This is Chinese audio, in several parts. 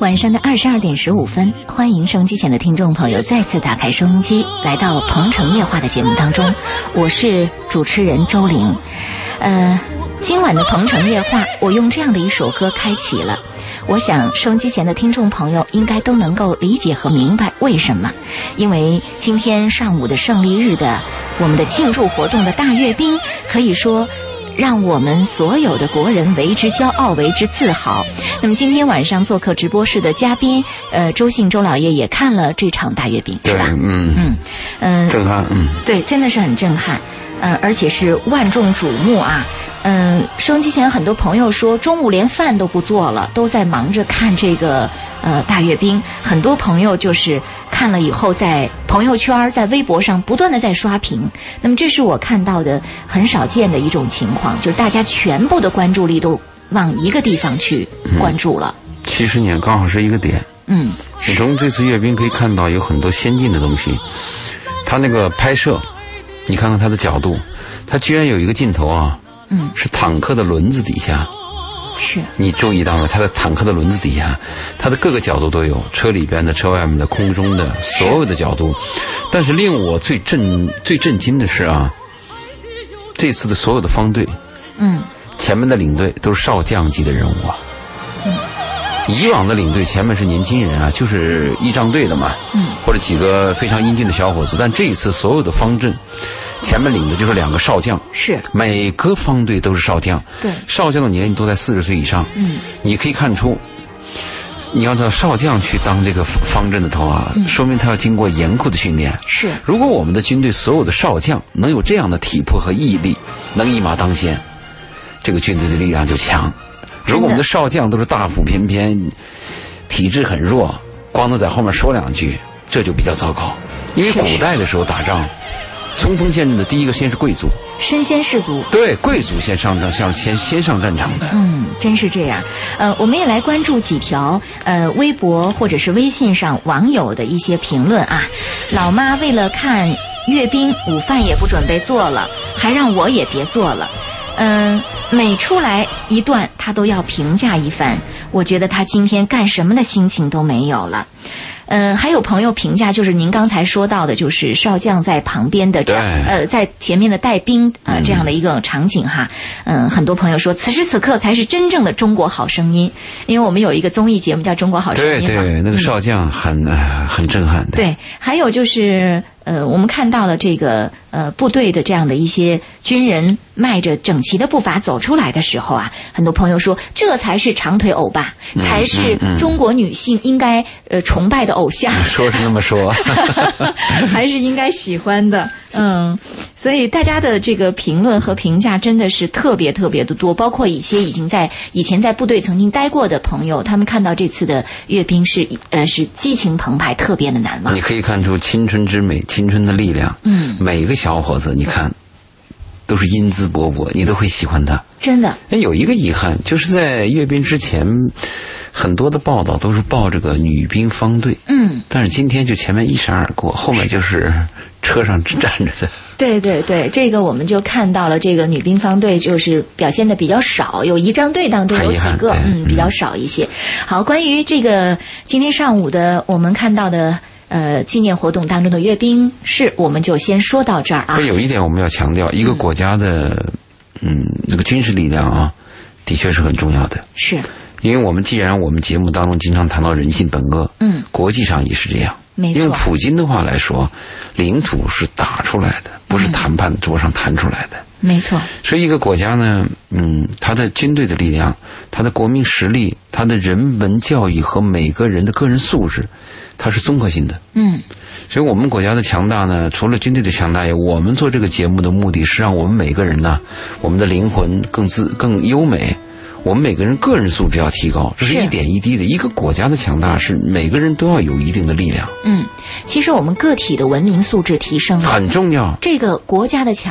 晚上的22点15分，欢迎收音机前的听众朋友再次打开收音机，来到《鹏城夜话》的节目当中，我是主持人周玲。今晚的《鹏城夜话》，我用这样的一首歌开启了。我想收音机前的听众朋友应该都能够理解和明白为什么，因为今天上午的胜利日的我们的庆祝活动的大阅兵，可以说让我们所有的国人为之骄傲，为之自豪。那么今天晚上做客直播室的嘉宾，周信周老爷也看了这场大阅兵，对吧？ 震撼， 对，真的是很震撼，而且是万众瞩目啊。收音机前很多朋友说中午连饭都不做了，都在忙着看这个大阅兵。很多朋友就是看了以后在朋友圈在微博上不断的在刷屏，那么这是我看到的很少见的一种情况，就是大家全部的关注力都往一个地方去关注了。 70年刚好是一个点。你从这次阅兵可以看到有很多先进的东西，他那个拍摄你看看他的角度，他居然有一个镜头啊，是坦克的轮子底下， 是你注意到了，它的坦克的轮子底下，它的各个角度都有，车里边的、车外面的、空中的，所有的角度。但是令我最震惊的是啊，这次的所有的方队，前面的领队都是少将级的人物啊。以往的领队前面是年轻人啊，就是仪仗队的嘛，或者几个非常英俊的小伙子。但这一次所有的方阵前面领的就是2个少将， 是每个方队都是少将， 对， 少将的年龄都在40岁以上。你可以看出，你要知道少将去当这个方阵的头啊，说明他要经过严酷的训练。 是， 如果我们的军队所有的少将能有这样的体魄和毅力，能一马当先，这个军队的力量就强。如果我们的少将都是大腹便便，体质很弱，光能在后面说2句，这就比较糟糕。因为古代的时候打仗，冲锋陷阵的第一个先是贵族， 身先士卒， 对，贵族先上战，先上战场的。 真是这样。我们也来关注几条微博或者是微信上网友的一些评论啊。老妈为了看阅兵，午饭也不准备做了，还让我也别做了。每出来一段他都要评价一番，我觉得他今天干什么的心情都没有了。还有朋友评价，就是您刚才说到的，就是少将在旁边的在前面的带兵这样的一个场景哈。很多朋友说此时此刻才是真正的中国好声音，因为我们有一个综艺节目叫中国好声音嘛。 对，那个少将很震撼的。 对，还有就是我们看到了这个部队的这样的一些军人迈着整齐的步伐走出来的时候啊，很多朋友说这才是长腿欧巴，才是中国女性应该崇拜的偶像。 说是那么说， 还是应该喜欢的。所以大家的这个评论和评价真的是特别特别的多，包括一些以前在部队曾经待过的朋友，他们看到这次的阅兵是激情澎湃，特别的难忘。 你可以看出青春之美，青春的力量。每个小伙子你看都是英姿勃勃，你都会喜欢他。真的。有一个遗憾，就是在阅兵之前很多的报道都是报这个女兵方队，但是今天就前面一闪而过，后面就是车上站着的。 对，这个我们就看到了，这个女兵方队就是表现的比较少，有仪仗队当中有几个比较少一些。好，关于这个今天上午的我们看到的纪念活动当中的阅兵式，我们就先说到这儿啊。 有一点我们要强调，一个国家的那个军事力量啊，的确是很重要的。是。因为我们既然我们节目当中经常谈到人性本恶，国际上也是这样。没错。用普京的话来说，领土是打出来的，不是谈判桌上谈出来的。没错。所以一个国家呢，它的军队的力量，它的国民实力，它的人文教育和每个人的个人素质，它是综合性的。所以我们国家的强大呢，除了军队的强大，我们做这个节目的目的是让我们每个人呢，我们的灵魂更优美。我们每个人个人素质要提高，这是一点一滴的。一个国家的强大是每个人都要有一定的力量。 其实我们个体的文明素质提升很重要。 这个国家的强大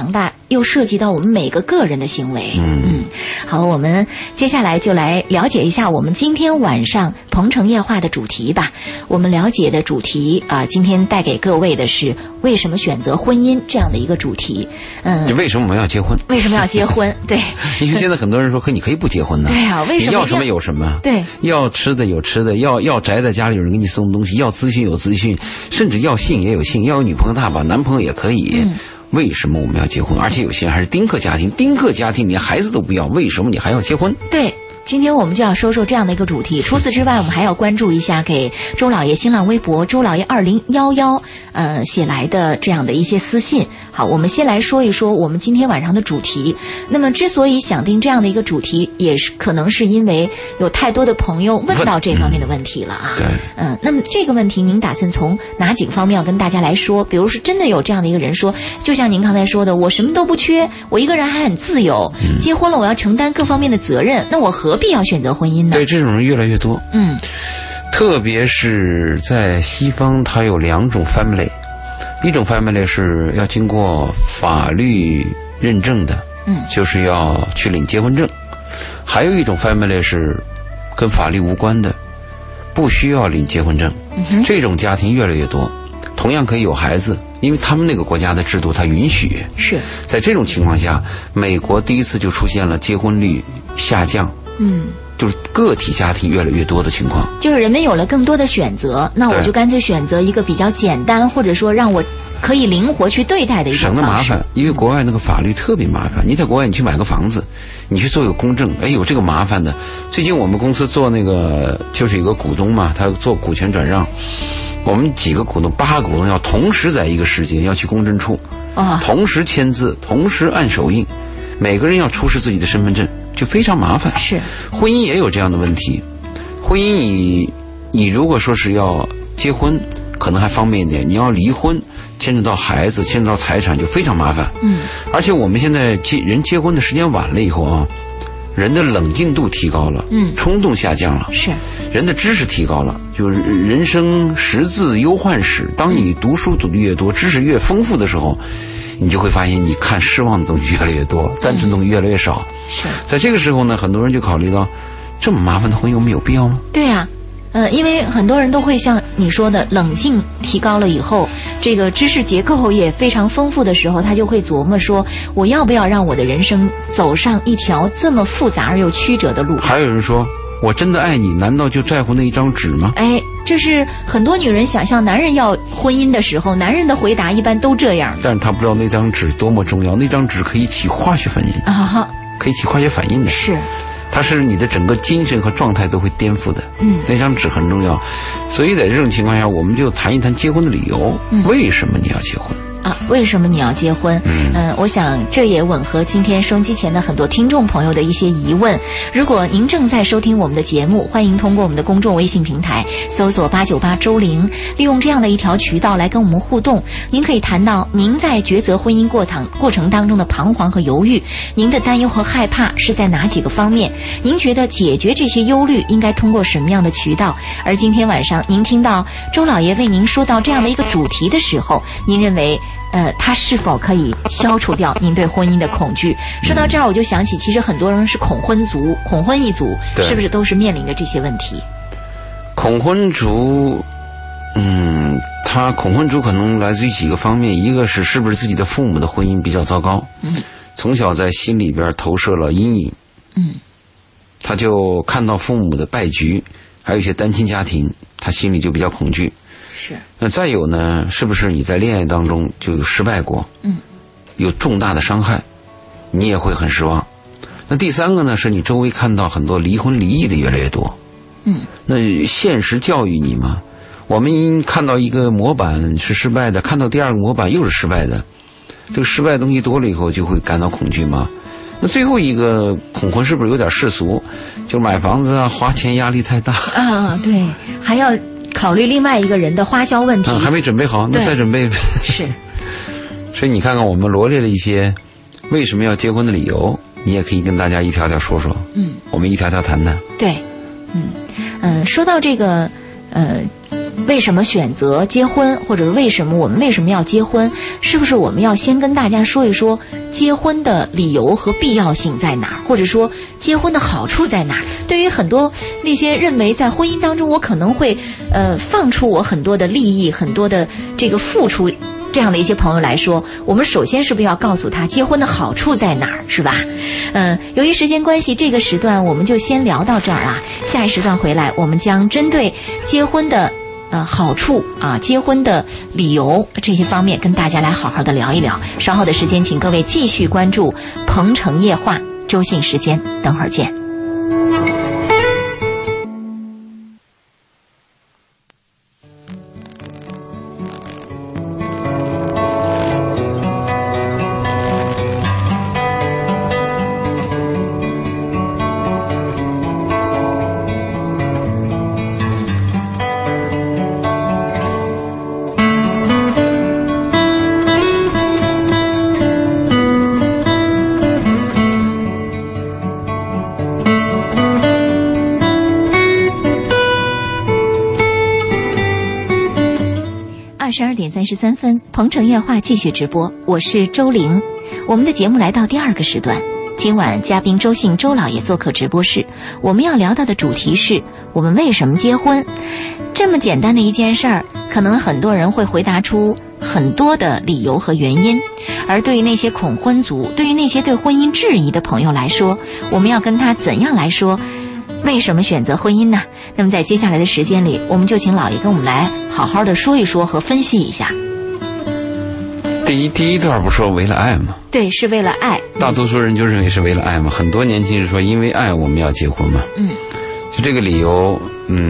又涉及到我们每个个人的行为。好，我们接下来就来了解一下我们今天晚上鹏城夜话的主题吧。我们了解的主题今天带给各位的是为什么选择婚姻这样的一个主题。 就为什么我们要结婚？ 为什么要结婚？对， 因为现在很多人说，可你可以不结婚呢。 对啊，为什么？ 你要什么有什么？ 对， 要吃的有吃的，要宅在家里有人给你送东西，要资讯有资讯，甚至要性也有性，要有女朋友大把，男朋友也可以。为什么我们要结婚？而且有些人还是丁克家庭，丁克家庭连孩子都不要，为什么你还要结婚？ 对。今天我们就要说说这样的一个主题。除此之外，我们还要关注一下给周老爷新浪微博周老爷2011写来的这样的一些私信。好，我们先来说一说我们今天晚上的主题。那么之所以想定这样的一个主题，也是可能是因为有太多的朋友问到这方面的问题了啊。那么这个问题您打算从哪几个方面要跟大家来说？比如是真的有这样的一个人说，就像您刚才说的，我什么都不缺，我一个人还很自由，结婚了我要承担各方面的责任，那我何必要选择婚姻呢？ 对，这种人越来越多。特别是在西方，它有2种 family， 一种 family 是要经过法律认证的，就是要去领结婚证；还有一种 family 是跟法律无关的，不需要领结婚证。这种家庭越来越多，同样可以有孩子，因为他们那个国家的制度它允许。是在这种情况下，美国第一次就出现了结婚率下降。就是个体家庭越来越多的情况， 就是人们有了更多的选择，那我就干脆选择一个比较简单，或者说让我可以灵活去对待的一种方式。省得麻烦， 因为国外那个法律特别麻烦。你在国外你去买个房子，你去做一个公证，有这个麻烦的。最近我们公司做那个就是有个股东嘛，他做股权转让，我们几个股东8个股东要同时在一个时间要去公证处，同时签字，同时按手印，每个人要出示自己的身份证，就非常麻烦。是，婚姻也有这样的问题。婚姻你如果说是要结婚，可能还方便一点；你要离婚，牵扯到孩子，牵扯到财产，就非常麻烦。而且我们现在人结婚的时间晚了以后啊，人的冷静度提高了，冲动下降了，是人的知识提高了，就是人生识字忧患史。当你读书读得越多，知识越丰富的时候，你就会发现你看失望的东西越来越多，单纯的东西越来越少。是在这个时候呢，很多人就考虑到，这么麻烦的婚姻我们有必要吗？对啊，因为很多人都会像你说的，冷静提高了以后，这个知识结构也非常丰富的时候，他就会琢磨说，我要不要让我的人生走上一条这么复杂而又曲折的路？还有人说，我真的爱你，难道就在乎那一张纸吗？这是很多女人想象男人要婚姻的时候，男人的回答一般都这样。但是他不知道那张纸多么重要，那张纸可以起化学反应啊，可以起化学反应的。是。它是你的整个精神和状态都会颠覆的。那张纸很重要，所以在这种情况下，我们就谈一谈结婚的理由。为什么你要结婚？为什么你要结婚？我想这也吻合今天收音机前的很多听众朋友的一些疑问。如果您正在收听我们的节目，欢迎通过我们的公众微信平台搜索898周玲，利用这样的一条渠道来跟我们互动。您可以谈到您在抉择婚姻过程当中的彷徨和犹豫，您的担忧和害怕是在哪几个方面？您觉得解决这些忧虑应该通过什么样的渠道？而今天晚上您听到周老爷为您说到这样的一个主题的时候，您认为他是否可以消除掉您对婚姻的恐惧？说到这儿，我就想起，其实很多人是恐婚一族，是不是都是面临着这些问题？恐婚族，他恐婚族可能来自于几个方面，一个是不是自己的父母的婚姻比较糟糕，从小在心里边投射了阴影，他就看到父母的败局，还有一些单亲家庭，他心里就比较恐惧。是。那再有呢，是不是你在恋爱当中就有失败过？有重大的伤害，你也会很失望。那第三个呢，是你周围看到很多离婚离异的越来越多。那现实教育你嘛，我们看到一个模板是失败的，看到第二个模板又是失败的，这个失败的东西多了以后就会感到恐惧嘛。那最后一个恐婚是不是有点世俗？就买房子啊，花钱压力太大啊，对，还要考虑另外一个人的花销问题，还没准备好，那再准备是。所以你看看我们罗列了一些为什么要结婚的理由，你也可以跟大家一条条说说。我们一条条谈谈。对，说到这个为什么选择结婚，或者是我们为什么要结婚，是不是我们要先跟大家说一说结婚的理由和必要性在哪儿，或者说结婚的好处在哪儿？对于很多那些认为在婚姻当中我可能会放出我很多的利益、很多的这个付出这样的一些朋友来说，我们首先是不是要告诉他结婚的好处在哪儿，是吧？由于时间关系，这个时段我们就先聊到这儿啊。下一时段回来，我们将针对结婚的好处啊，结婚的理由这些方面跟大家来好好的聊一聊。稍后的时间，请各位继续关注《鹏城夜话》周信时间，等会儿见。12:33分，鹏城夜话继续直播，我是周玲。我们的节目来到第2个时段，今晚嘉宾周信周老爷做客直播室，我们要聊到的主题是我们为什么结婚。这么简单的一件事儿，可能很多人会回答出很多的理由和原因，而对于那些恐婚族，对于那些对婚姻质疑的朋友来说，我们要跟他怎样来说为什么选择婚姻呢？那么在接下来的时间里，我们就请老爷跟我们来好好的说一说和分析一下。 第一段不说为了爱吗？ 对，是为了爱。 大多数人就认为是为了爱嘛。很多年轻人说因为爱我们要结婚嘛。就这个理由，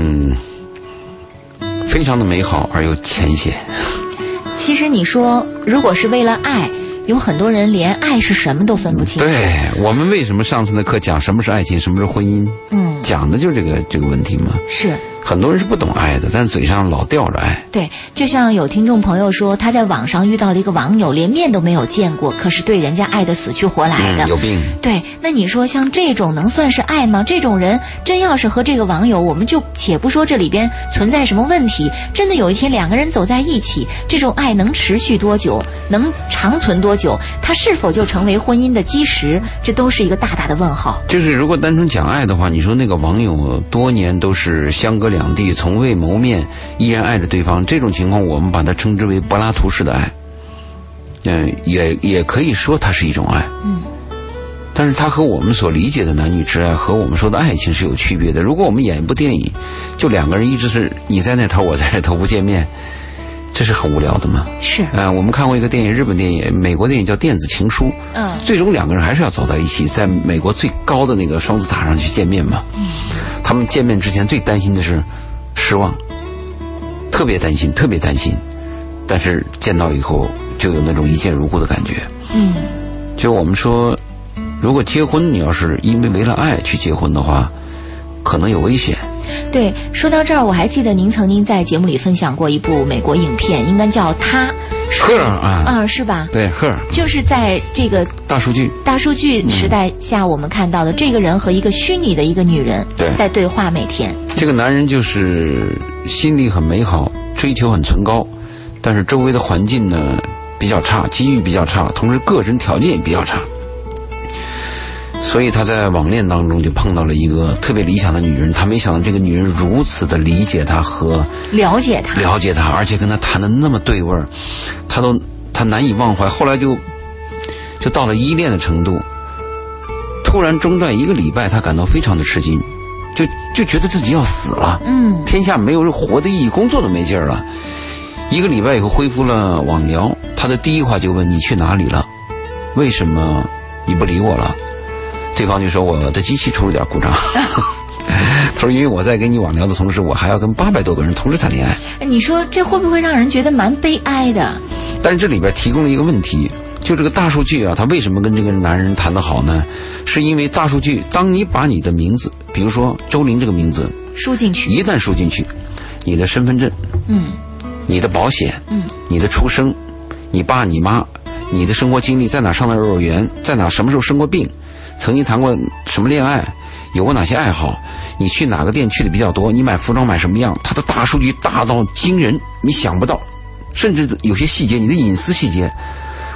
非常的美好而又浅显。 其实你说，如果是为了爱，有很多人连爱是什么都分不清楚。 对，我们为什么上次的课讲什么是爱情，什么是婚姻？讲的就是这个问题嘛。是。很多人是不懂爱的，但嘴上老吊着爱。 对，就像有听众朋友说，他在网上遇到了一个网友，连面都没有见过，可是对人家爱得死去活来的。 有病。 对，那你说像这种能算是爱吗？这种人真要是和这个网友，我们就且不说这里边存在什么问题，真的有一天两个人走在一起，这种爱能持续多久，能长存多久，它是否就成为婚姻的基石，这都是一个大大的问号。 就是如果单纯讲爱的话，你说那个网友多年都是相隔两地，从未谋面，依然爱着对方，这种情况我们把它称之为柏拉图式的爱。也可以说它是一种爱。但是它和我们所理解的男女之爱和我们说的爱情是有区别的。如果我们演一部电影，就两个人一直是你在那头我在这头不见面，这是很无聊的嘛。是。我们看过一个电影，日本电影、美国电影叫《电子情书》。最终两个人还是要走在一起，在美国最高的那个双子塔上去见面嘛。他们见面之前最担心的是失望，特别担心。但是见到以后就有那种一见如故的感觉。就我们说，如果结婚你要是因为为了爱去结婚的话，可能有危险。 对，说到这儿，我还记得您曾经在节目里分享过一部美国影片，应该叫《他》。 赫尔啊， 是吧？ 对，赫尔就是在这个大数据时代下，我们看到的这个人和一个虚拟的一个女人在对话，每天。 这个男人就是心里很美好，追求很崇高，但是周围的环境呢比较差，机遇比较差，同时个人条件也比较差。所以他在网恋当中就碰到了一个特别理想的女人，他没想到这个女人如此的理解他和了解他，而且跟他谈的那么对味儿，他难以忘怀。后来就到了依恋的程度，突然中断1个礼拜，他感到非常的吃惊，就觉得自己要死了。天下没有活的意义，工作都没劲儿了。1个礼拜以后恢复了网聊，他的第一话就问你去哪里了，为什么你不理我了？对方就说我的机器出了点故障。他说因为我在跟你网聊的同时，我还要跟800多个人同时谈恋爱。你说这会不会让人觉得蛮悲哀的？ 但是这里边提供了一个问题，就这个大数据啊，他为什么跟这个男人谈得好呢？是因为大数据，当你把你的名字，比如说周玲这个名字输进去，一旦输进去，你的身份证，你的保险，你的出生，你爸你妈，你的生活经历，在哪上的幼儿园，在哪什么时候生过病，曾经谈过什么恋爱，有过哪些爱好，你去哪个店去的比较多，你买服装买什么样，它的大数据大到惊人，你想不到，甚至有些细节，你的隐私细节，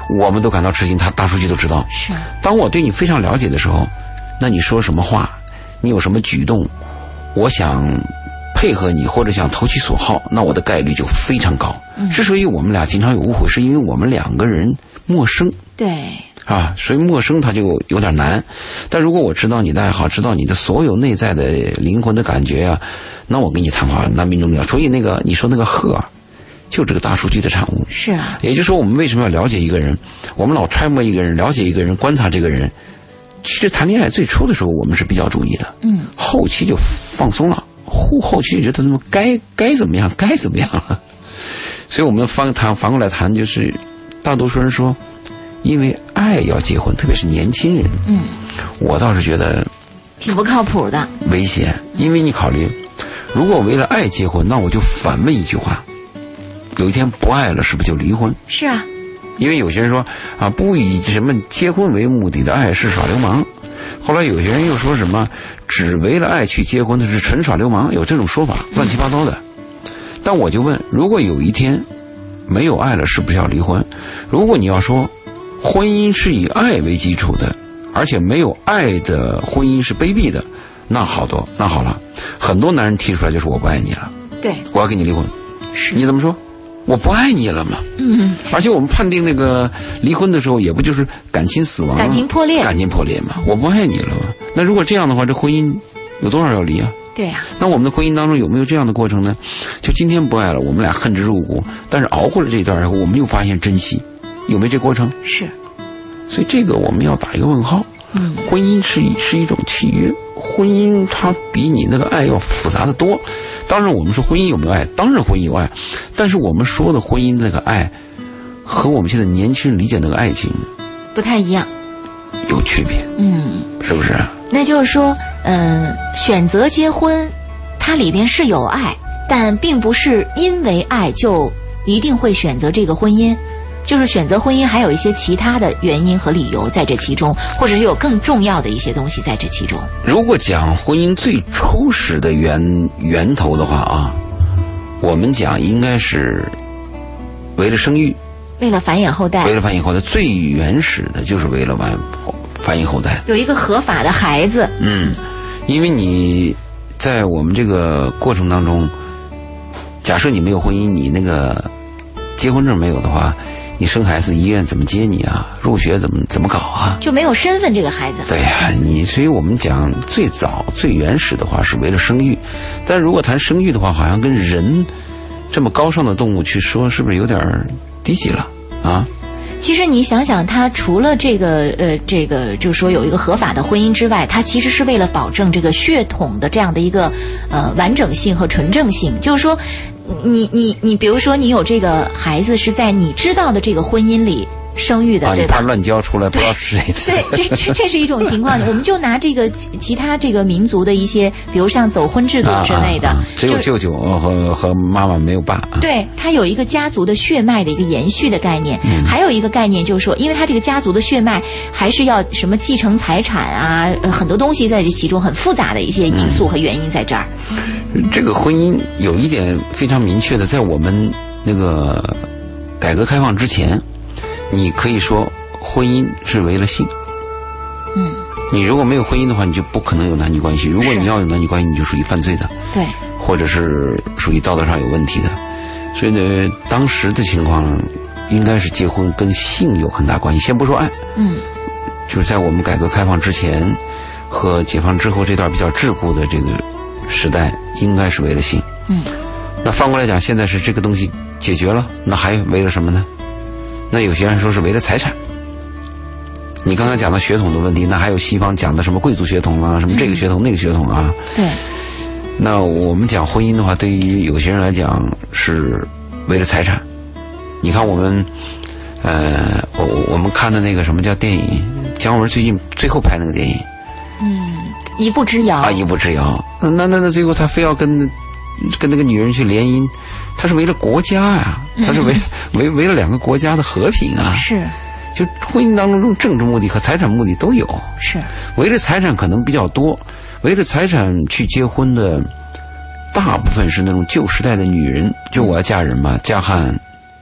我们都感到吃惊，大数据都知道。 是。 当我对你非常了解的时候，那你说什么话，你有什么举动，我想配合你或者想投其所好，那我的概率就非常高。之所以我们俩经常有误会，是因为我们两个人陌生。 对。 啊，所以陌生它就有点难。但如果我知道你的爱好，知道你的所有内在的灵魂的感觉啊，那我跟你谈话那命中注定。所以你说那个鹤啊，就这个大数据的产物。 是啊。 也就是说，我们为什么要了解一个人？我们老揣摩一个人，了解一个人，观察这个人。其实谈恋爱最初的时候，我们是比较注意的。后期就放松了，后期就觉得他们该怎么样，该怎么样了。所以我们反过来谈，就是大多数人说，因为爱要结婚，特别是年轻人。我倒是觉得挺不靠谱的， 危险。因为你考虑，如果为了爱结婚，那我就反问一句话：有一天不爱了，是不是就离婚？ 是啊。 因为有些人说啊，不以什么结婚为目的的爱是耍流氓。后来有些人又说什么只为了爱去结婚的是纯耍流氓，有这种说法，乱七八糟的。但我就问，如果有一天没有爱了，是不是要离婚？如果你要说婚姻是以爱为基础的，而且没有爱的婚姻是卑鄙的，那好了，很多男人提出来就是我不爱你了， 对， 我要跟你离婚。 是， 你怎么说？我不爱你了嘛。而且我们判定那个离婚的时候，也不就是感情死亡、感情破裂嘛？我不爱你了嘛？那如果这样的话，这婚姻有多少要离啊？ 对呀。 那我们的婚姻当中有没有这样的过程呢？就今天不爱了，我们俩恨之入骨，但是熬过了这一段以后，我们又发现珍惜，有没有这过程？ 是。 所以这个我们要打一个问号。婚姻是一种契约，婚姻它比你那个爱要复杂的多。当然我们说婚姻有没有爱，当然婚姻有爱，但是我们说的婚姻那个爱和我们现在年轻人理解那个爱情不太一样， 有区别。是不是？ 那就是说选择结婚它里边是有爱，但并不是因为爱就一定会选择这个婚姻，就是选择婚姻还有一些其他的原因和理由在这其中，或者是有更重要的一些东西在这其中。 如果讲婚姻最初始的源头的话啊，我们讲应该是为了生育， 为了繁衍后代。 为了繁衍后代，最原始的就是为了繁衍后代， 有一个合法的孩子。 因为你在我们这个过程当中，假设你没有婚姻，你那个结婚证没有的话，你生孩子医院怎么接你啊？入学怎么搞啊？就没有身份这个孩子。 对呀，所以我们讲最早最原始的话是为了生育，但如果谈生育的话，好像跟人这么高尚的动物去说，是不是有点低级了啊？ 其实你想想，他除了这个就是说有一个合法的婚姻之外，他其实是为了保证这个血统的这样的一个完整性和纯正性。就是说，你比如说你有这个孩子是在你知道的这个婚姻里生育的，对吧？ 你怕乱交出来不知道是谁的。 对，这是一种情况。我们就拿这个其他这个民族的一些，比如像走婚制度之类的， 只有舅舅和妈妈没有爸。 对，它有一个家族的血脉的一个延续的概念。还有一个概念就是说，因为它这个家族的血脉还是要什么继承财产啊，很多东西在这其中很复杂的一些因素和原因在这儿。 这个婚姻有一点非常明确的，在我们那个改革开放之前，你可以说婚姻是为了性。你如果没有婚姻的话，你就不可能有男女关系。如果你要有男女关系，你就属于犯罪的。 对。 或者是属于道德上有问题的。所以呢，当时的情况应该是结婚跟性有很大关系。先不说爱。就是在我们改革开放之前和解放之后这段比较桎梏的这个时代，应该是为了性。那反过来讲，现在是这个东西解决了，那还为了什么呢？那有些人说是为了财产。你刚才讲的血统的问题，那还有西方讲的什么贵族血统啊，什么这个血统那个血统啊。 对。 那我们讲婚姻的话，对于有些人来讲是为了财产。你看我们我们看的那个什么叫电影，姜文最近最后拍那个电影， 一步之遥啊， 一步之遥。那最后他非要跟那个女人去联姻，他是为了国家呀，他是为了两个国家的和平啊。 是。 就婚姻当中这种政治目的和财产目的都有。 是。 为了财产可能比较多，为了财产去结婚的大部分是那种旧时代的女人，就我要嫁人嘛，嫁汉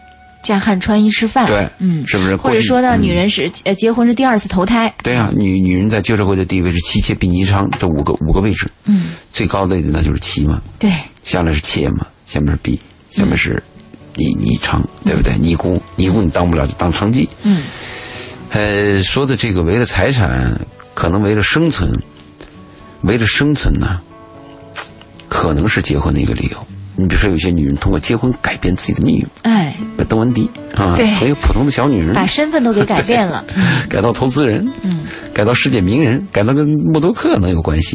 嫁汉穿衣吃饭， 对，是不是？ 或者说呢，女人是结婚是第二次投胎。 对啊，女人在旧社会的地位是妻妾婢尼娼这五个位置，最高的那就是妻嘛， 对， 下来是妾嘛，下面是婢，下面是尼娼，对不对？尼姑你当不了就当娼妓，说的这个为了财产，可能为了生存呢，可能是结婚的一个理由。你比如说，有些女人通过结婚改变自己的命运，邓文迪啊，从一个普通的小女人， 把身份都给改变了， 改到投资人，改到世界名人，改到跟默多克能有关系。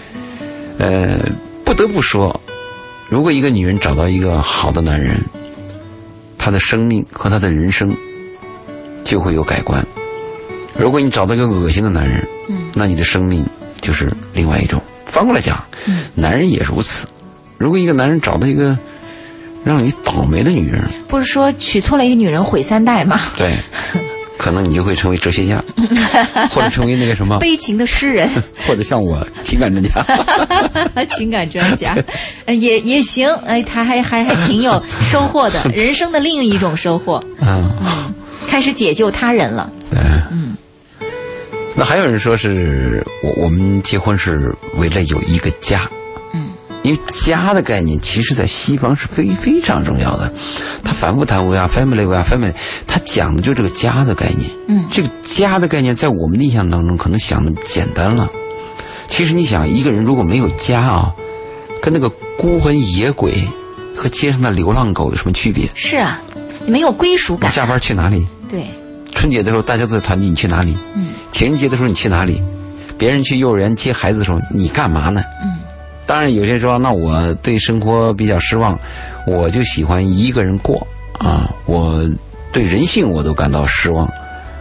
不得不说，如果一个女人找到一个好的男人，她的生命和她的人生就会有改观。如果你找到一个恶心的男人，那你的生命就是另外一种。反过来讲，男人也如此。如果一个男人找到一个让你倒霉的女人， 不是说娶错了一个女人毁3代吗？对， 可能你就会成为哲学家，或者成为那个什么悲情的诗人， 或者像我情感专家。 情感专家也行，他还挺有收获的，人生的另一种收获。开始解救他人了。 那还有人说是我们结婚是为了有一个家。因为家的概念其实在西方是非常重要的，他反复谈 we are family， 他讲的就是这个家的概念。这个家的概念在我们的印象当中可能想的简单了，其实你想一个人如果没有家啊，跟那个孤魂野鬼和街上的流浪狗有什么区别？是啊，没有归属感。 下班去哪里？ 对， 春节的时候大家都在团聚，你去哪里？情人节的时候你去哪里？别人去幼儿园接孩子的时候你干嘛呢？当然有些人说，那我对生活比较失望，我就喜欢一个人过啊，我对人性我都感到失望，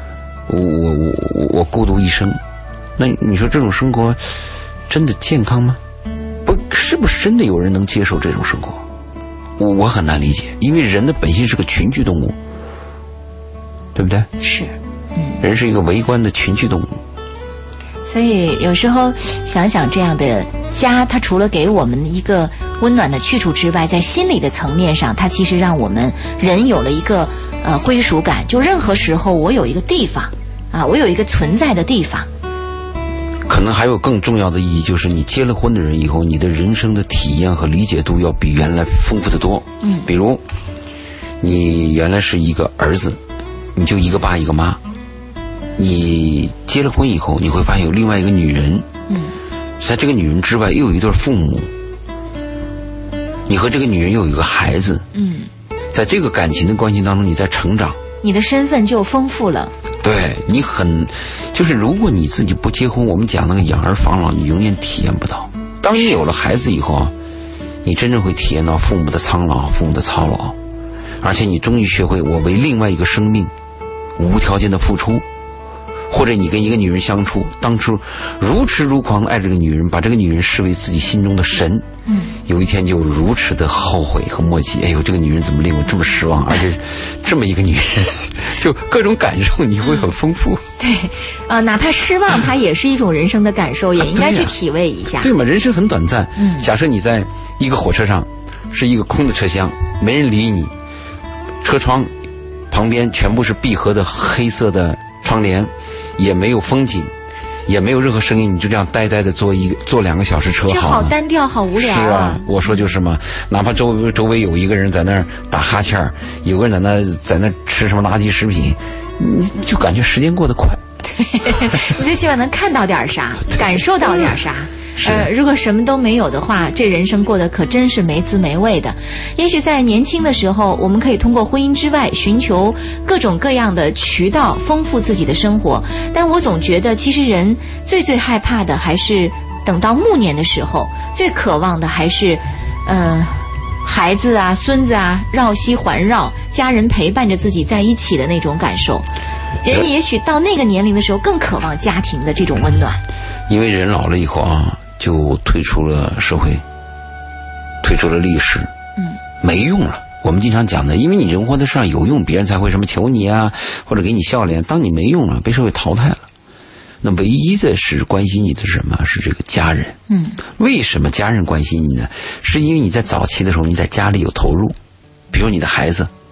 我孤独一生。那你说这种生活真的健康吗？是不是真的有人能接受这种生活？我很难理解，因为人的本性是个群居动物，对不对？ 是， 人是一个围观的群居动物。 所以有时候想想这样的家，它除了给我们一个温暖的去处之外，在心理的层面上，它其实让我们人有了一个归属感，就任何时候我有一个地方啊，我有一个存在的地方。 可能还有更重要的意义，就是你结了婚的人以后，你的人生的体验和理解度要比原来丰富得多。比如你原来是一个儿子，你就一个爸一个妈，你结了婚以后，你会发现有另外一个女人，在这个女人之外又有一对父母，你和这个女人又有一个孩子，在这个感情的关系当中，你在成长， 你的身份就丰富了。 对，你就是如果你自己不结婚，我们讲那个养儿防老，你永远体验不到。当你有了孩子以后啊，你真正会体验到父母的苍老，父母的操劳，而且你终于学会我为另外一个生命无条件的付出。或者你跟一个女人相处，当初如痴如狂爱这个女人，把这个女人视为自己心中的神，有一天就如此的后悔和莫及，哎呦，这个女人怎么令我这么失望，而且这么一个女人，就各种感受你会很丰富。 对，哪怕失望它也是一种人生的感受，也应该去体味一下。 对嘛，人生很短暂。假设你在一个火车上，是一个空的车厢，没人理你，车窗旁边全部是闭合的黑色的窗帘，也没有风景，也没有任何声音，你就这样呆呆的坐2个小时车， 好单调，好无聊啊！ 是啊，我说就是嘛，哪怕周围有一个人在那儿打哈欠，有个人在那吃什么垃圾食品，你就感觉时间过得快。 你最起码能看到点啥，感受到点啥。如果什么都没有的话，这人生过得可真是没滋没味的。也许在年轻的时候，我们可以通过婚姻之外寻求各种各样的渠道丰富自己的生活，但我总觉得其实人最害怕的还是等到暮年的时候，最渴望的还是孩子啊孙子啊绕膝环绕，家人陪伴着自己在一起的那种感受。人也许到那个年龄的时候更渴望家庭的这种温暖。 因为人老了以后啊，就退出了社会，退出了历史，没用了。我们经常讲的，因为你人活在世上有用，别人才会什么求你啊，或者给你笑脸。当你没用了，被社会淘汰了，那唯一的是关心你的是什么？是这个家人。为什么家人关心你呢？是因为你在早期的时候你在家里有投入，比如你的孩子，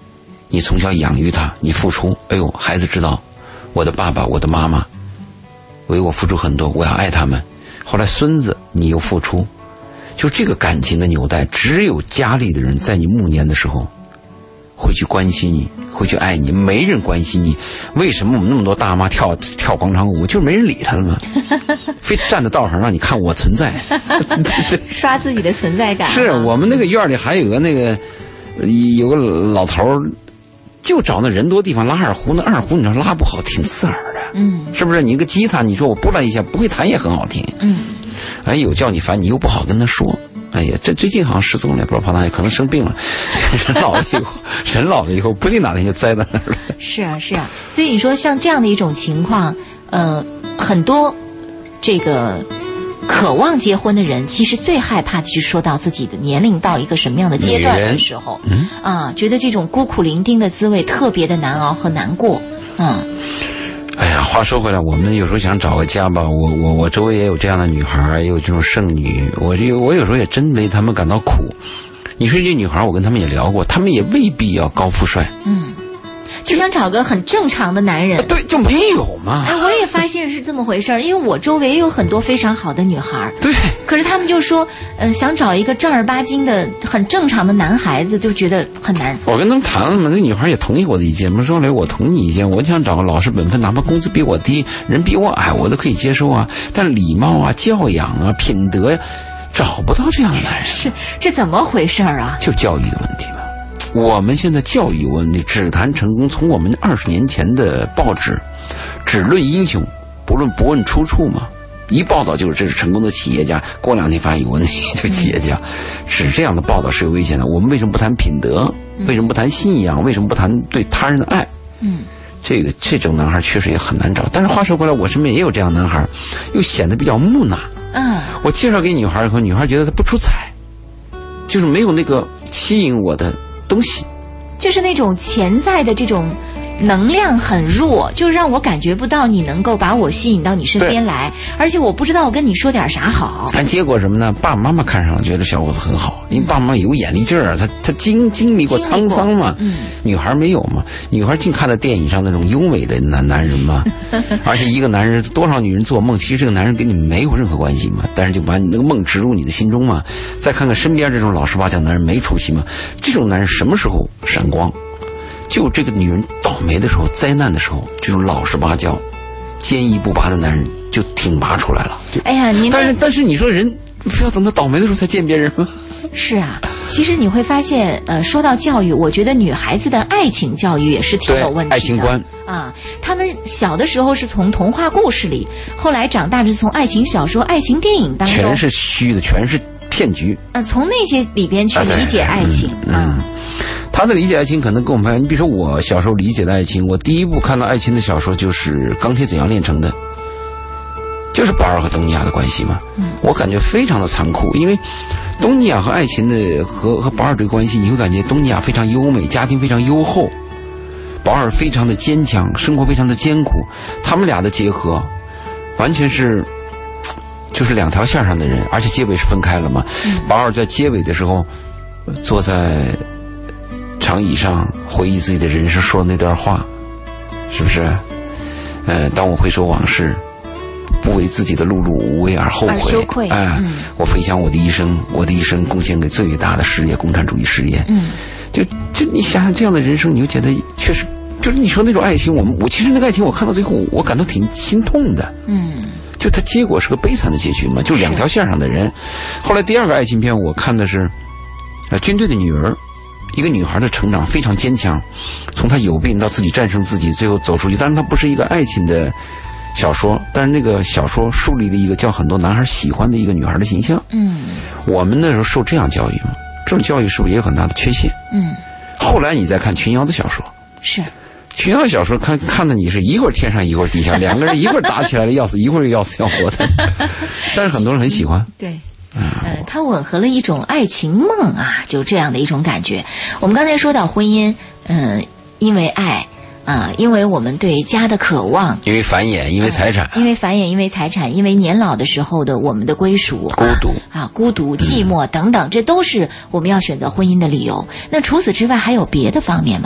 你从小养育他，你付出，哎呦，孩子知道我的爸爸我的妈妈为我付出很多，我要爱他们。后来孙子你又付出，就这个感情的纽带，只有家里的人在你暮年的时候会去关心你，会去爱你，没人关心你。为什么我们那么多大妈跳广场舞，就是没人理他们，非站在道上让你看我存在， 刷自己的存在感。 是我们那个院里还有个有个老头就找那人多地方拉二胡，那二胡你知道拉不好挺刺耳的，是不是？你一个吉他，你说我拨拉一下不会弹也很好听，哎有叫你烦，你又不好跟他说。哎呀，这最近好像失踪了，不知道跑哪里，可能生病了。人老了以后，不定哪天就栽在那儿了。 是啊，是啊。所以你说像这样的一种情况，很多这个渴望结婚的人，其实最害怕去说到自己的年龄到一个什么样的阶段的时候，觉得这种孤苦伶仃的滋味特别的难熬和难过， 哎呀，话说回来，我们有时候想找个家吧，我周围也有这样的女孩，也有这种剩女，我有时候也真为她们感到苦。你说这女孩，我跟她们也聊过，她们也未必要高富帅， 就想找个很正常的男人。 对，就没有嘛。 哎，我也发现是这么回事儿，因为我周围也有很多非常好的女孩。 对。 可是他们就说，想找一个正儿八经的、很正常的男孩子，就觉得很难。 我跟他们谈了嘛，那女孩也同意我的意见。我说：“我同意意见，我想找个老实本分，哪怕工资比我低，人比我矮，我都可以接受啊。但礼貌啊、教养啊、品德呀，找不到这样的男人。 是，这怎么回事啊？ 就教育的问题嘛。我们现在教育问题只谈成功，从我们20年前的报纸只论英雄，不问出处嘛。一报道就是这是成功的企业家，过2天发现有问题，这个企业家只这样的报道是有危险的。我们为什么不谈品德？为什么不谈信仰？为什么不谈对他人的爱？这种男孩确实也很难找。但是话说回来，我身边也有这样的男孩，又显得比较木讷。我介绍给女孩以后，女孩觉得他不出彩，就是没有那个吸引我的东西， 就是那种潜在的这种能量很弱，就让我感觉不到你能够把我吸引到你身边来，而且我不知道我跟你说点啥好。 结果什么呢？爸爸妈妈看上了，觉得小伙子很好，因为爸爸妈妈有眼力劲儿，他经历过沧桑嘛。女孩没有嘛，女孩净看到电影上那种优美的男人嘛。而且一个男人，多少女人做梦，其实这个男人跟你没有任何关系嘛，但是就把你那个梦植入你的心中嘛。再看看身边这种老实巴交男人，没出息嘛。这种男人什么时候闪光？就这个女人倒霉的时候、灾难的时候，这种老实巴交、坚毅不拔的男人就挺拔出来了。 哎呀， 但是你说人非要等他倒霉的时候才见别人吗？ 是啊，其实你会发现，说到教育，我觉得女孩子的爱情教育也是挺有问题的。 爱情观啊，他们小的时候是从童话故事里，后来长大是从爱情小说、爱情电影当中， 全是虚的，全是骗局。 从那些里边去理解爱情。 他的理解爱情可能跟我们不一样。你比如说我小时候理解的爱情，我第一部看到爱情的小说就是《钢铁怎样炼成的》，就是保尔和东尼亚的关系嘛。我感觉非常的残酷，因为东尼亚和爱情的和保尔这个关系，你会感觉东尼亚非常优美，家庭非常优厚，保尔非常的坚强，生活非常的艰苦。他们俩的结合完全是就是2条线上的人，而且结尾是分开了嘛。保尔在结尾的时候坐在长椅上回忆自己的人生，说那段话，是不是？当我回首往事，不为自己的碌碌无为而后悔， 羞愧。 我分享我的一生，贡献给最伟大的事业——共产主义事业。就你想想这样的人生，你就觉得确实，就是你说那种爱情，我其实那个爱情，我看到最后，我感到挺心痛的。就它结果是个悲惨的结局嘛，就2条线上的人。后来第2个爱情片，我看的是军队的女儿。一个女孩的成长非常坚强，从她有病到自己战胜自己，最后走出去。但是它不是一个爱情的小说，但是那个小说树立了一个叫很多男孩喜欢的一个女孩的形象。我们那时候受这样教育嘛，这种教育是不是也有很大的缺陷？后来你再看群瑶的小说， 是群瑶的小说看的你是一会儿天上一会儿地下，2个人一会儿打起来了要死，一会儿又要死要活的，但是很多人很喜欢。 对。它吻合了一种爱情梦啊，就这样的一种感觉。我们刚才说到婚姻，因为爱因为我们对家的渴望， 因为繁衍，因为财产， 因为繁衍，因为财产，因为年老的时候的我们的归属，孤独、寂寞等等，这都是我们要选择婚姻的理由。那除此之外还有别的方面吗？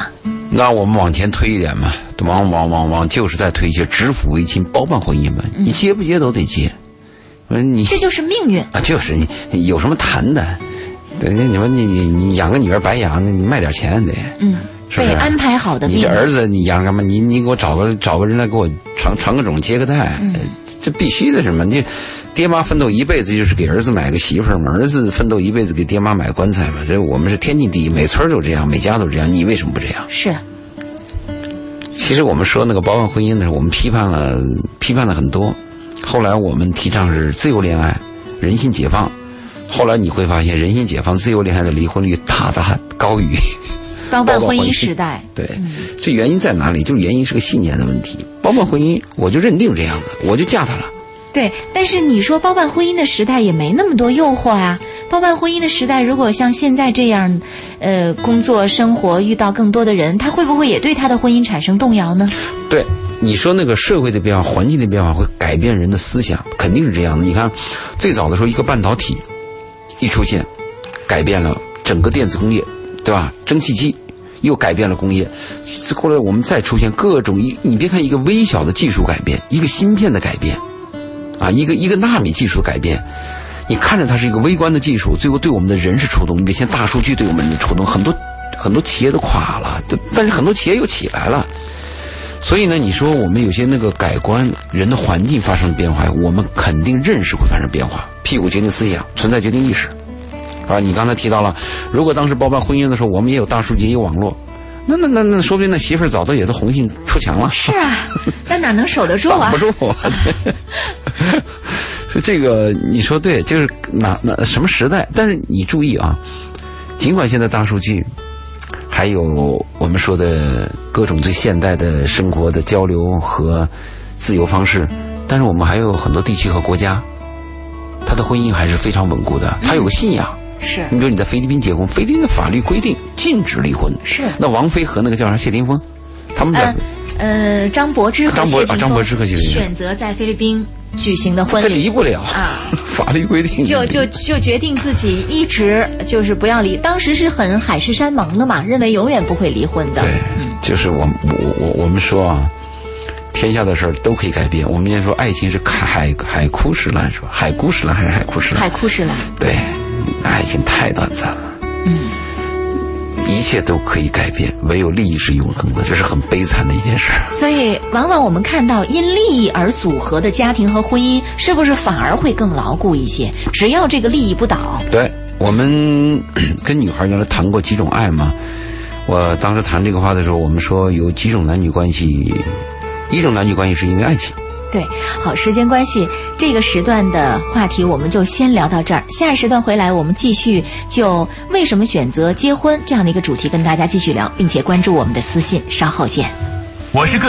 那我们往前推一点嘛，往旧时代推一些，指腹为亲，包办婚姻嘛，你结不结都得结。你这就是命运啊，就是你有什么谈的？对，你说你养个女儿白养，你卖点钱得，是不是？ 被安排好的命运。 你这儿子你养干嘛？你给我找个人来给我传个种，结个代，这必须的什么？你爹妈奋斗一辈子就是给儿子买个媳妇儿嘛，儿子奋斗一辈子给爹妈买棺材嘛，这我们是天经地义，每村都这样，每家都这样，你为什么不这样？ 是。 其实我们说那个包办婚姻的时候，我们批判了很多。后来我们提倡是自由恋爱，人性解放。后来你会发现，人性解放、自由恋爱的离婚率大大高于包办婚姻时代。 对，这原因在哪里？就是原因是个信念的问题。包办婚姻，我就认定这样子，我就嫁他了。 对，但是你说包办婚姻的时代也没那么多诱惑啊。包办婚姻的时代，如果像现在这样，工作生活遇到更多的人，他会不会也对他的婚姻产生动摇呢？ 对，你说那个社会的变化、环境的变化会改变人的思想，肯定是这样的。你看，最早的时候，一个半导体一出现，改变了整个电子工业，对吧？蒸汽机又改变了工业。后来我们再出现各种你别看一个微小的技术改变，一个芯片的改变，啊，一个纳米技术的改变。你看着它是一个微观的技术，最后对我们的人是触动。你别像大数据对我们的触动，很多企业都垮了，但是很多企业又起来了。所以呢，你说我们有些那个改观，人的环境发生变化，我们肯定认识会发生变化。屁股决定思想，存在决定意识。啊，你刚才提到了，如果当时包办婚姻的时候，我们也有大数据，也有网络，那说不定那媳妇儿早都也都红杏出墙了。 是啊，但哪能守得住啊？ 挡不住啊。所以这个你说对，就是那什么时代？但是你注意啊，尽管现在大数据，还有我们说的各种最现代的生活的交流和自由方式，但是我们还有很多地区和国家，他的婚姻还是非常稳固的，他有个信仰。 是， 你比如你在菲律宾结婚，菲律宾的法律规定禁止离婚。 是。那王菲和那个叫啥谢霆锋，他们张柏芝和谢霆锋选择在菲律宾举行的婚礼， 这离不了啊！ 法律规定就决定自己一直就是不要离。当时是很海誓山盟的嘛，认为永远不会离婚的。 对，就是我们说啊，天下的事儿都可以改变。我们先说爱情是海枯石烂，是吧？海枯石烂还是海枯石烂？ 海枯石烂。 对，爱情太短暂了。一切都可以改变，唯有利益是永恒的，这是很悲惨的一件事。 所以往往我们看到因利益而组合的家庭和婚姻，是不是反而会更牢固一些？只要这个利益不倒。 对，我们跟女孩原来谈过几种爱嘛。我当时谈这个话的时候，我们说有几种男女关系，一种男女关系是因为爱情。 对，好，时间关系，这个时段的话题我们就先聊到这儿。下一时段回来，我们继续就为什么选择结婚这样的一个主题跟大家继续聊，并且关注我们的私信。稍后见。 我是个。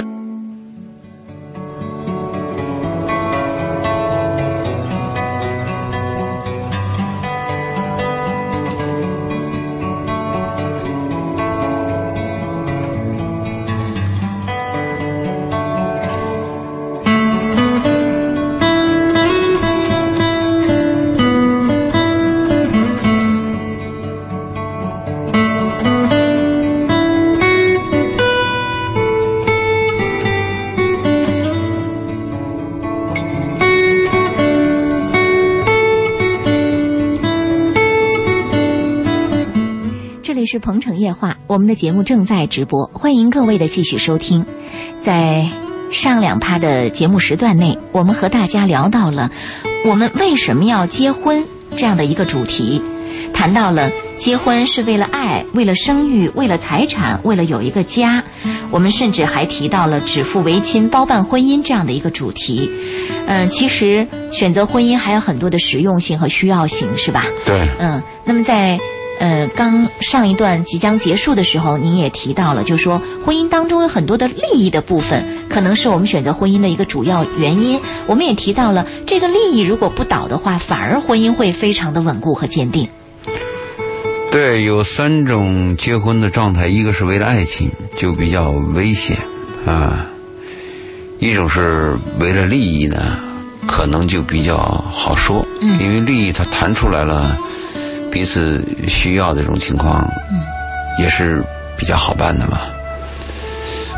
是鹏城夜话，我们的节目正在直播，欢迎各位的继续收听。在上两趴的节目时段内，我们和大家聊到了我们为什么要结婚这样的一个主题，谈到了结婚是为了爱，为了生育，为了财产，为了有一个家。我们甚至还提到了指腹为亲、包办婚姻这样的一个主题。其实选择婚姻还有很多的实用性和需要性，是吧？ 对。 那么在刚上一段即将结束的时候，您也提到了，就是说婚姻当中有很多的利益的部分，可能是我们选择婚姻的一个主要原因。我们也提到了，这个利益如果不倒的话，反而婚姻会非常的稳固和坚定。 对，有3种结婚的状态，一个是为了爱情，就比较危险啊；一种是为了利益呢，可能就比较好说，因为利益它谈出来了。彼此需要的这种情况，也是比较好办的嘛。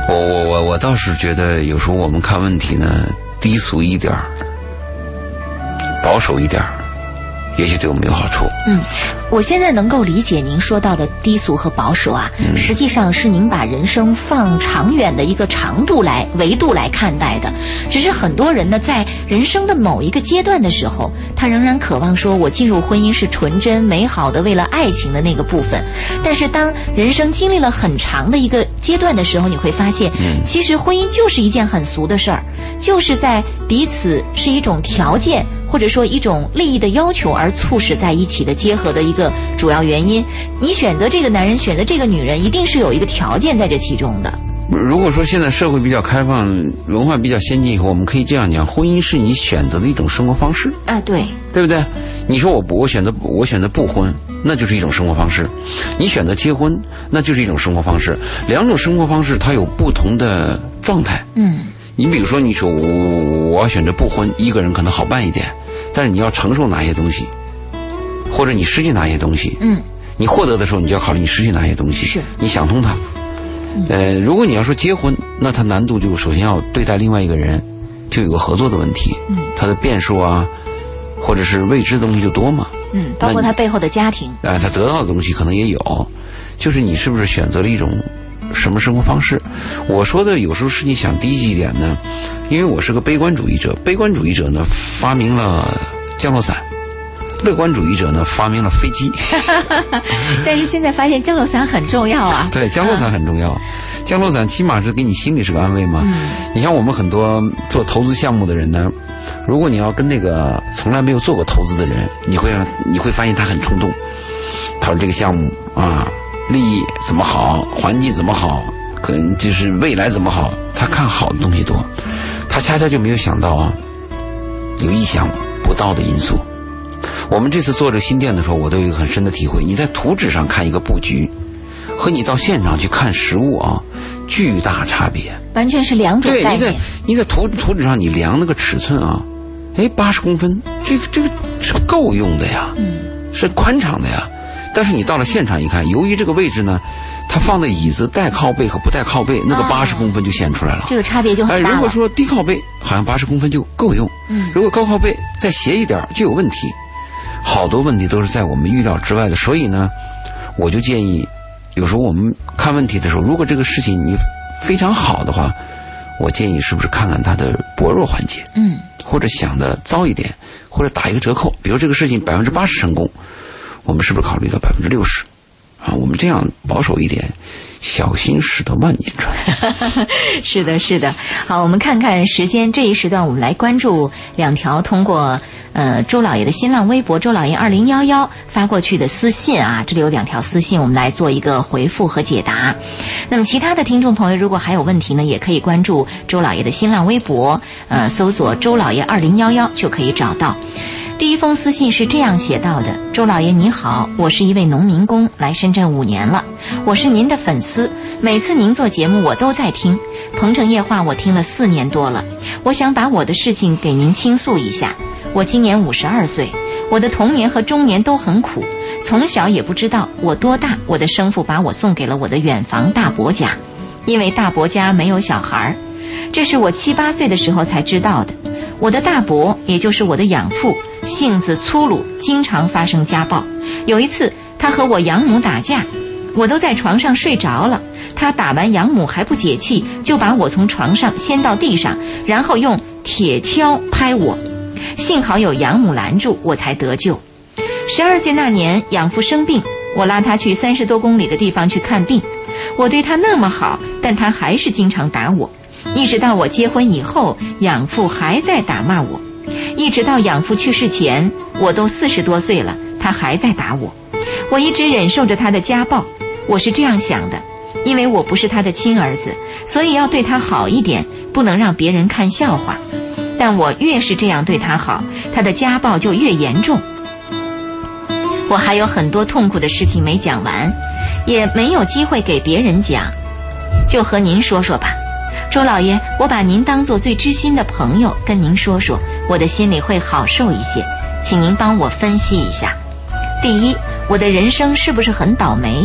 我倒是觉得有时候我们看问题呢，低俗一点，保守一点，也许对我们有好处。 我现在能够理解您说到的低俗和保守啊，实际上是您把人生放长远的一个维度来看待的。只是很多人呢，在人生的某一个阶段的时候，他仍然渴望说，我进入婚姻是纯真美好的，为了爱情的那个部分。但是当人生经历了很长的一个阶段的时候，你会发现，其实婚姻就是一件很俗的事儿，就是在彼此是一种条件，或者说一种利益的要求而促使在一起的结合的一个主要原因。你选择这个男人，选择这个女人，一定是有一个条件在这其中的。 如果说现在社会比较开放，文化比较先进以后，我们可以这样讲，婚姻是你选择的一种生活方式。对不对？你说我选择不婚，那就是一种生活方式；你选择结婚，那就是一种生活方式。两种生活方式它有不同的状态。你比如说，你说我要选择不婚，一个人可能好办一点，但是你要承受哪些东西，或者你失去哪些东西。你获得的时候，你就要考虑你失去哪些东西。 是， 你想通它。如果你要说结婚，那它难度就首先要对待另外一个人，就有个合作的问题。它的变数啊，或者是未知的东西就多嘛。 包括他背后的家庭。 他得到的东西可能也有，就是你是不是选择了一种什么生活方式？我说的有时候是你想低级一点呢，因为我是个悲观主义者。悲观主义者呢发明了降落伞，乐观主义者呢发明了飞机。 但是现在发现降落伞很重要啊。 对，降落伞很重要。降落伞起码是给你心里是个安慰嘛。你像我们很多做投资项目的人呢，如果你要跟那个从来没有做过投资的人，你会发现他很冲动。他说这个项目啊，利益怎么好，环境怎么好，可能就是未来怎么好，他看好的东西多。他恰恰就没有想到啊，有意想不到的因素。我们这次做这新店的时候，我都有一个很深的体会。你在图纸上看一个布局，和你到现场去看实物啊，巨大差别， 完全是两种概念。 对，你在图纸上你量那个尺寸啊，80公分，这个是够用的呀，是宽敞的呀。但是你到了现场一看，由于这个位置呢，它放的椅子带靠背和不带靠背，那个80公分就显出来了。 这个差别就很大了。 如果说低靠背，好像80公分就够用。如果高靠背再斜一点就有问题。好多问题都是在我们预料之外的，所以呢，我就建议，有时候我们看问题的时候，如果这个事情你非常好的话，我建议是不是看看它的薄弱环节，或者想的糟一点，或者打一个折扣，比如这个事情80%成功，我们是不是考虑到60%啊？我们这样保守一点，小心驶得万年船。 是的，是的。好，我们看看时间，这一时段我们来关注2条通过周老爷的新浪微博周老爷2011发过去的私信啊，这里有2条私信，我们来做一个回复和解答。那么其他的听众朋友如果还有问题呢，也可以关注周老爷的新浪微博，搜索周老爷2011就可以找到。第一封私信是这样写到的：周老爷你好，我是一位农民工，来深圳5年了，我是您的粉丝，每次您做节目我都在听，鹏城夜话我听了4年多了，我想把我的事情给您倾诉一下。我今年52岁，我的童年和中年都很苦，从小也不知道我多大，我的生父把我送给了我的远房大伯家，因为大伯家没有小孩，这是我7、8岁的时候才知道的。我的大伯，也就是我的养父，性子粗鲁，经常发生家暴。有一次他和我养母打架，我都在床上睡着了，他打完养母还不解气，就把我从床上掀到地上，然后用铁锹拍我，幸好有养母拦住，我才得救。12岁那年养父生病，我拉他去30多公里的地方去看病，我对他那么好，但他还是经常打我。一直到我结婚以后，养父还在打骂我，一直到养父去世前，我都40多岁了，他还在打我。我一直忍受着他的家暴，我是这样想的，因为我不是他的亲儿子，所以要对他好一点，不能让别人看笑话。但我越是这样对他好，他的家暴就越严重。我还有很多痛苦的事情没讲完，也没有机会给别人讲，就和您说说吧。周老爷，我把您当作最知心的朋友跟您说说，我的心里会好受一些，请您帮我分析一下。第一，我的人生是不是很倒霉？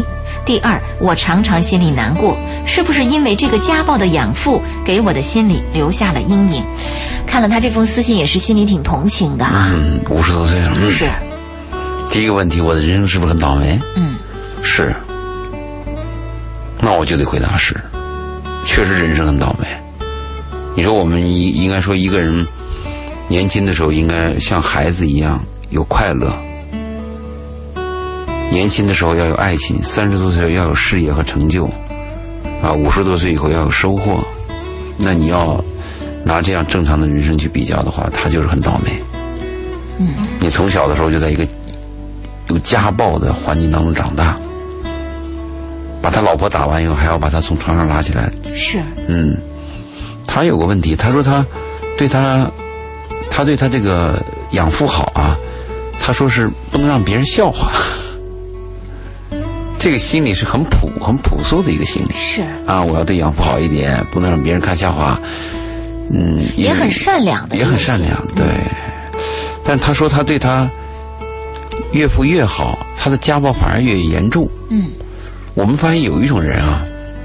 第二，我常常心里难过，是不是因为这个家暴的养父给我的心里留下了阴影？看了他这封私信，也是心里挺同情的啊。 50多岁了。 是。 第一个问题，我的人生是不是很倒霉？是。那我就得回答是，确实人生很倒霉。你说我们应该说一个人年轻的时候应该像孩子一样有快乐，年轻的时候要有爱情，30多岁要有事业和成就，50多岁以后要有收获。那你要拿这样正常的人生去比较的话，他就是很倒霉。你从小的时候就在一个有家暴的环境当中长大，把他老婆打完以后还要把他从床上拉起来。 是。 他有个问题，他说他对他这个养父好啊，他说是不能让别人笑话。这个心理是很朴素的一个心理。是啊，我要对养父好一点，不能让别人看笑话。 也很善良的， 也很善良，对。但他说他对他岳父越好，他的家暴反而越严重。我们发现有一种人啊，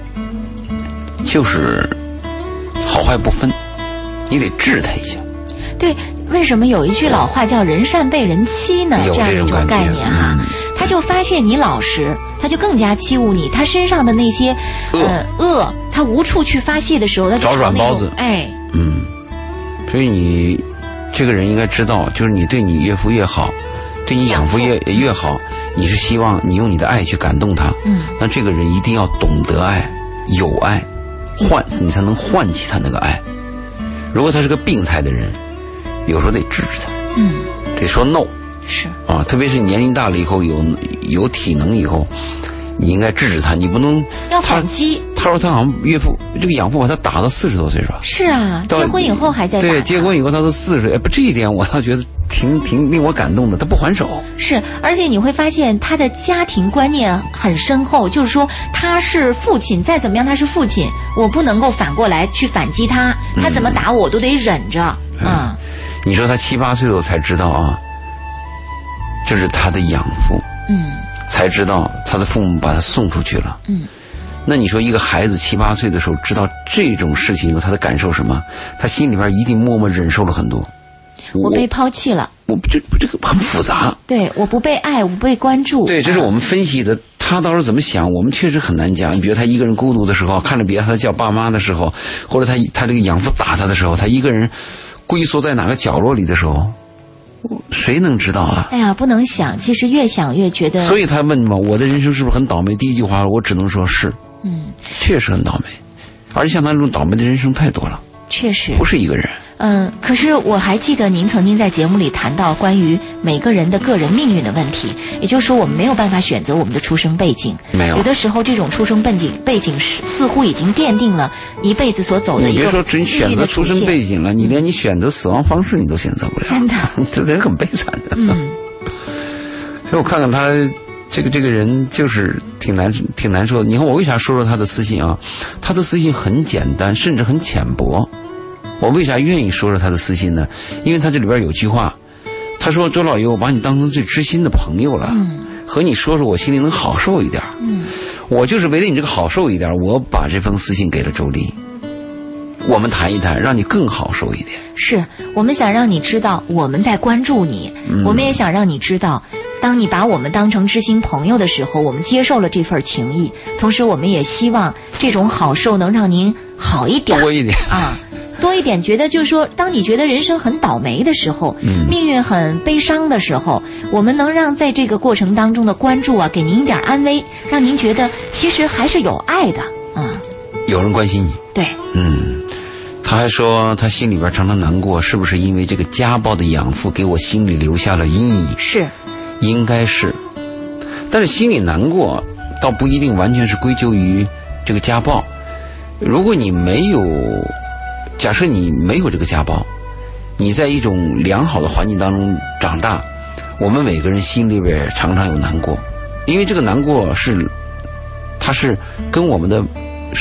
就是好坏不分，你得治他一下。 对，为什么有一句老话叫人善被人欺呢？这样一种概念哈。他就发现你老实，他就更加欺侮你。他身上的那些恶，他无处去发泄的时候，他就找软包子。所以你这个人应该知道，就是你对你岳父越好，对你养父越好，你是希望你用你的爱去感动他。那这个人一定要懂得爱，有爱，你才能唤起他那个爱。如果他是个病态的人，有时候得治治他。得说 no。是啊，特别是年龄大了以后，有体能以后，你应该制止他，你不能要反击。 他说他好像岳父这个养父把他打到40多岁是吧？是啊，结婚以后还在打。 对，结婚以后他都40岁，不，这一点我倒觉得挺令我感动的，他不还手。 是，而且你会发现他的家庭观念很深厚，就是说他是父亲，再怎么样他是父亲，我不能够反过来去反击他，他怎么打我都得忍着。 你说他7、8岁的时候才知道啊，这是他的养父，才知道他的父母把他送出去了。那你说一个孩子7、8岁的时候知道这种事情以后，他的感受什么？他心里边一定默默忍受了很多。 我被抛弃了， 这个很复杂。 对，我不被爱，我不被关注。 对，这是我们分析的。他到时候怎么想，我们确实很难讲。比如他一个人孤独的时候，看着别人叫爸妈的时候，或者他这个养父打他的时候，他一个人龟缩在哪个角落里的时候，谁能知道啊？哎呀，不能想，其实越想越觉得。 所以他问嘛，我的人生是不是很倒霉？第一句话我只能说是，确实很倒霉，而且像他这种倒霉的人生太多了， 确实不是一个人。 可是我还记得您曾经在节目里谈到关于每个人的个人命运的问题，也就是说我们没有办法选择我们的出生背景，有的时候这种出生背景似乎已经奠定了一辈子所走的一个。 你别说只选择出生背景了，你连你选择死亡方式你都选择不了， 真的， 这人很悲惨的。所以我看看他这个人就是挺难受的。你看我为啥说他的私信啊？他的私信很简单，甚至很浅薄。我为啥愿意说他的私信呢？因为他这里边有句话，他说周老爷，我把你当成最知心的朋友了，和你说说我心里能好受一点。我就是为了你这个好受一点，我把这封私信给了周丽，我们谈一谈，让你更好受一点。 是我们想让你知道我们在关注你，我们也想让你知道当你把我们当成知心朋友的时候，我们接受了这份情谊，同时我们也希望这种好受能让您好一点， 多一点啊，多一点。觉得就是说，当你觉得人生很倒霉的时候，命运很悲伤的时候，我们能让在这个过程当中的关注啊，给您一点安慰，让您觉得其实还是有爱的啊， 有人关心你。 对， 他还说他心里边常常难过，是不是因为这个家暴的养父给我心里留下了阴影？ 是。 应该是，但是心里难过倒不一定完全是归咎于这个家暴。如果你没有，假设你没有这个家暴，你在一种良好的环境当中长大，我们每个人心里边常常有难过，因为这个难过它是跟我们的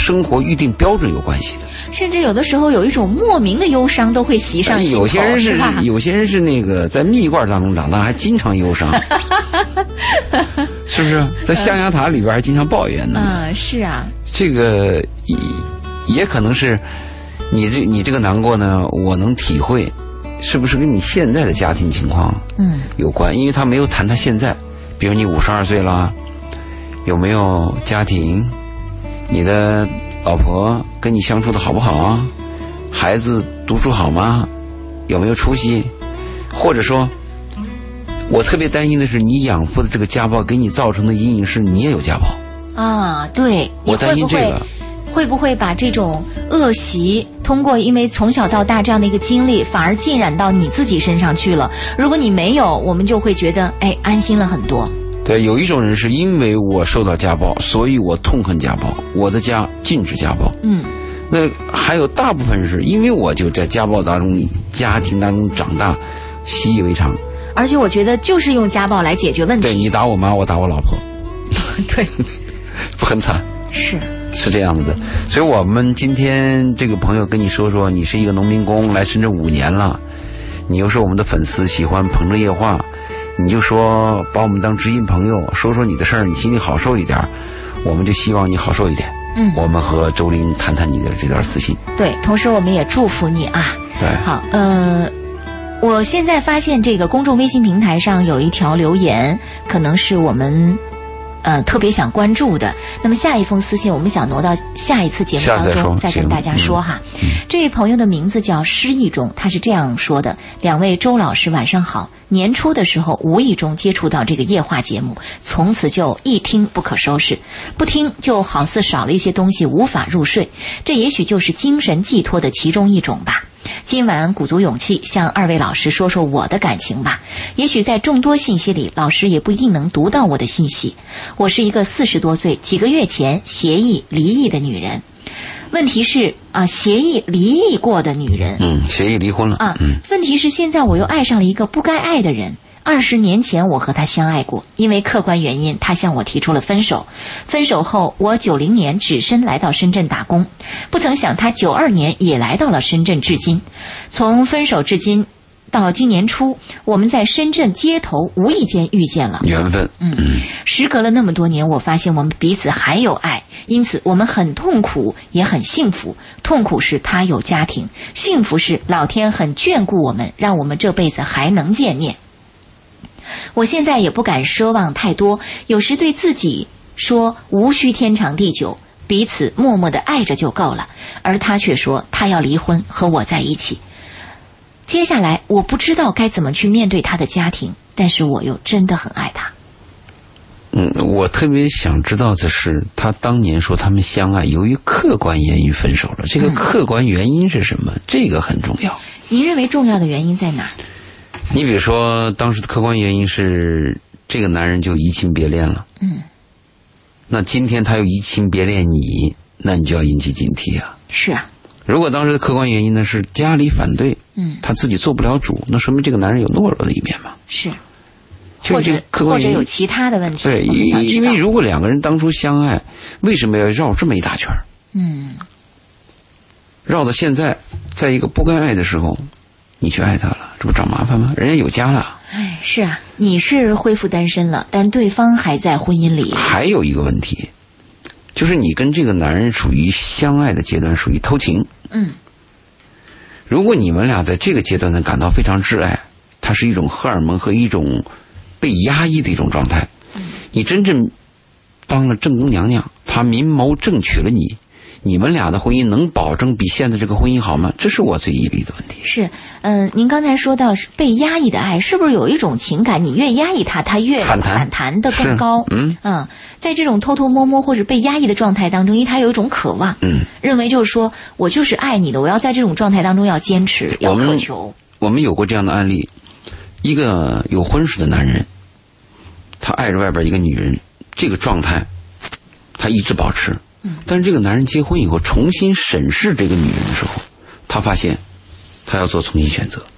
生活预定标准有关系的。 甚至有的时候有一种莫名的忧伤都会袭上心头。 有些人是那个在蜜罐当中长大，还经常忧伤，是不是？在象牙塔里边还经常抱怨呢。 是啊。 这个也可能是你这个难过呢，我能体会，是不是跟你现在的家庭情况有关？因为他没有谈他现在，比如你52岁了，有没有家庭？你的老婆跟你相处的好不好啊？孩子读书好吗？有没有出息？或者说，我特别担心的是，你养父的这个家暴给你造成的阴影是你也有家暴啊？对， 我担心这个会不会把这种恶习通过因为从小到大这样的一个经历，反而浸染到你自己身上去了？如果你没有，我们就会觉得安心了很多。 对，有一种人是因为我受到家暴，所以我痛恨家暴，我的家禁止家暴。那还有大部分是因为我就在家暴当中、家庭当中长大，习以为常。 而且我觉得就是用家暴来解决问题。 对，你打我妈，我打我老婆。 对， 不很惨？是这样子的。所以我们今天这个朋友跟你说说，你是一个农民工，来深圳5年了，你又是我们的粉丝，喜欢捧着夜话，你就说把我们当知心朋友，说说你的事儿，你心里好受一点，我们就希望你好受一点。我们和周玲谈谈你的这段私信。对， 同时我们也祝福你啊。 对， 好，我现在发现这个公众微信平台上有一条留言，可能是我们特别想关注的。那么下一封私信我们想挪到下一次节目当中再跟大家说哈。这位朋友的名字叫失意中，他是这样说的：两位周老师晚上好，年初的时候无意中接触到这个夜话节目，从此就一听不可收拾，不听就好似少了一些东西无法入睡，这也许就是精神寄托的其中一种吧。今晚鼓足勇气向二位老师说说我的感情吧，也许在众多信息里，老师也不一定能读到我的信息。我是一个40多岁几个月前协议离异的女人。问题是协议离异过的女人， 协议离婚了问题是现在我又爱上了一个不该爱的人。20年前我和他相爱过，因为客观原因他向我提出了分手。分手后我90年只身来到深圳打工，不曾想他92年也来到了深圳至今。从分手至今到今年初，我们在深圳街头无意间遇见了， 缘分。 时隔了那么多年，我发现我们彼此还有爱，因此我们很痛苦也很幸福。痛苦是他有家庭，幸福是老天很眷顾我们，让我们这辈子还能见面。我现在也不敢奢望太多，有时对自己说无需天长地久，彼此默默地爱着就够了，而他却说他要离婚和我在一起。接下来我不知道该怎么去面对他的家庭，但是我又真的很爱他。 我特别想知道的是，他当年说他们相爱，由于客观原因分手了，这个客观原因是什么？这个很重要。 您认为重要的原因在哪？ 你比如说，当时的客观原因是这个男人就移情别恋了。那今天他又移情别恋你，那你就要引起警惕啊。 是啊。 如果当时的客观原因呢是家里反对，他自己做不了主，那说明这个男人有懦弱的一面嘛。 是。 或者有其他的问题。 对，因为如果两个人当初相爱，为什么要绕这么一大圈？绕到现在，在一个不该爱的时候，你去爱他了，这不找麻烦吗？人家有家了。 是啊，你是恢复单身了，但对方还在婚姻里。 还有一个问题，就是你跟这个男人属于相爱的阶段，属于偷情。如果你们俩在这个阶段呢感到非常挚爱，它是一种荷尔蒙和一种被压抑的一种状态。你真正当了正宫娘娘，他明谋正娶了你，你们俩的婚姻能保证比现在这个婚姻好吗？这是我最疑虑的问题。 是，您刚才说到被压抑的爱，是不是有一种情感，你越压抑它，它越反弹的更高？在这种偷偷摸摸或者被压抑的状态当中，因为他有一种渴望，认为就是说我就是爱你的，我要在这种状态当中要坚持，要渴求。 我们有过这样的案例，一个有婚史的男人，他爱着外边一个女人，这个状态他一直保持。但是这个男人结婚以后重新审视这个女人的时候，他发现他要做重新选择。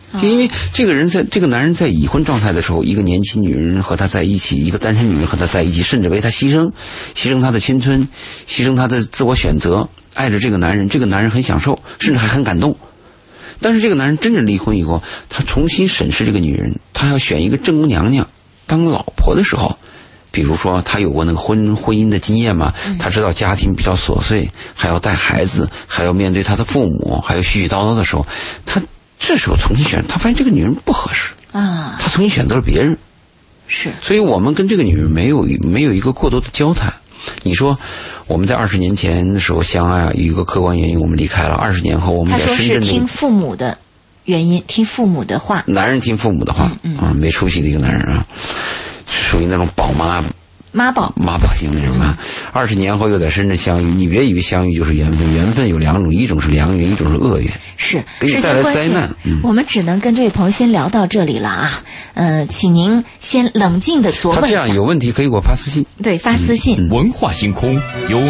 因为这个男人在已婚状态的时候，一个年轻女人和他在一起，一个单身女人和他在一起，甚至为他牺牲他的青春，牺牲他的自我选择，爱着这个男人，这个男人很享受，甚至还很感动。但是这个男人真正离婚以后，他重新审视这个女人，他要选一个正宫娘娘当老婆的时候，比如说他有过那个婚姻的经验嘛，他知道家庭比较琐碎，还要带孩子，还要面对他的父母，还有絮絮叨叨的时候，他这时候重新选，他发现这个女人不合适啊，他重新选择了别人。 是， 所以我们跟这个女人没有一个过多的交谈。你说我们在20年前的时候相爱，有一个客观原因我们离开了，20年后我们在深圳。 他说是听父母的原因，听父母的话。 男人听父母的话，没出息的一个男人啊，属于那种宝妈宝型的人嘛。20年后又在深圳相遇，你别以为相遇就是缘分，缘分有2种，一种是良缘，一种是恶缘， 是给你带来灾难。 我们只能跟这位朋友先聊到这里了啊。请您先冷静的琢磨一下。 他这样有问题可以给我发私信。 对，发私信。 文化星空由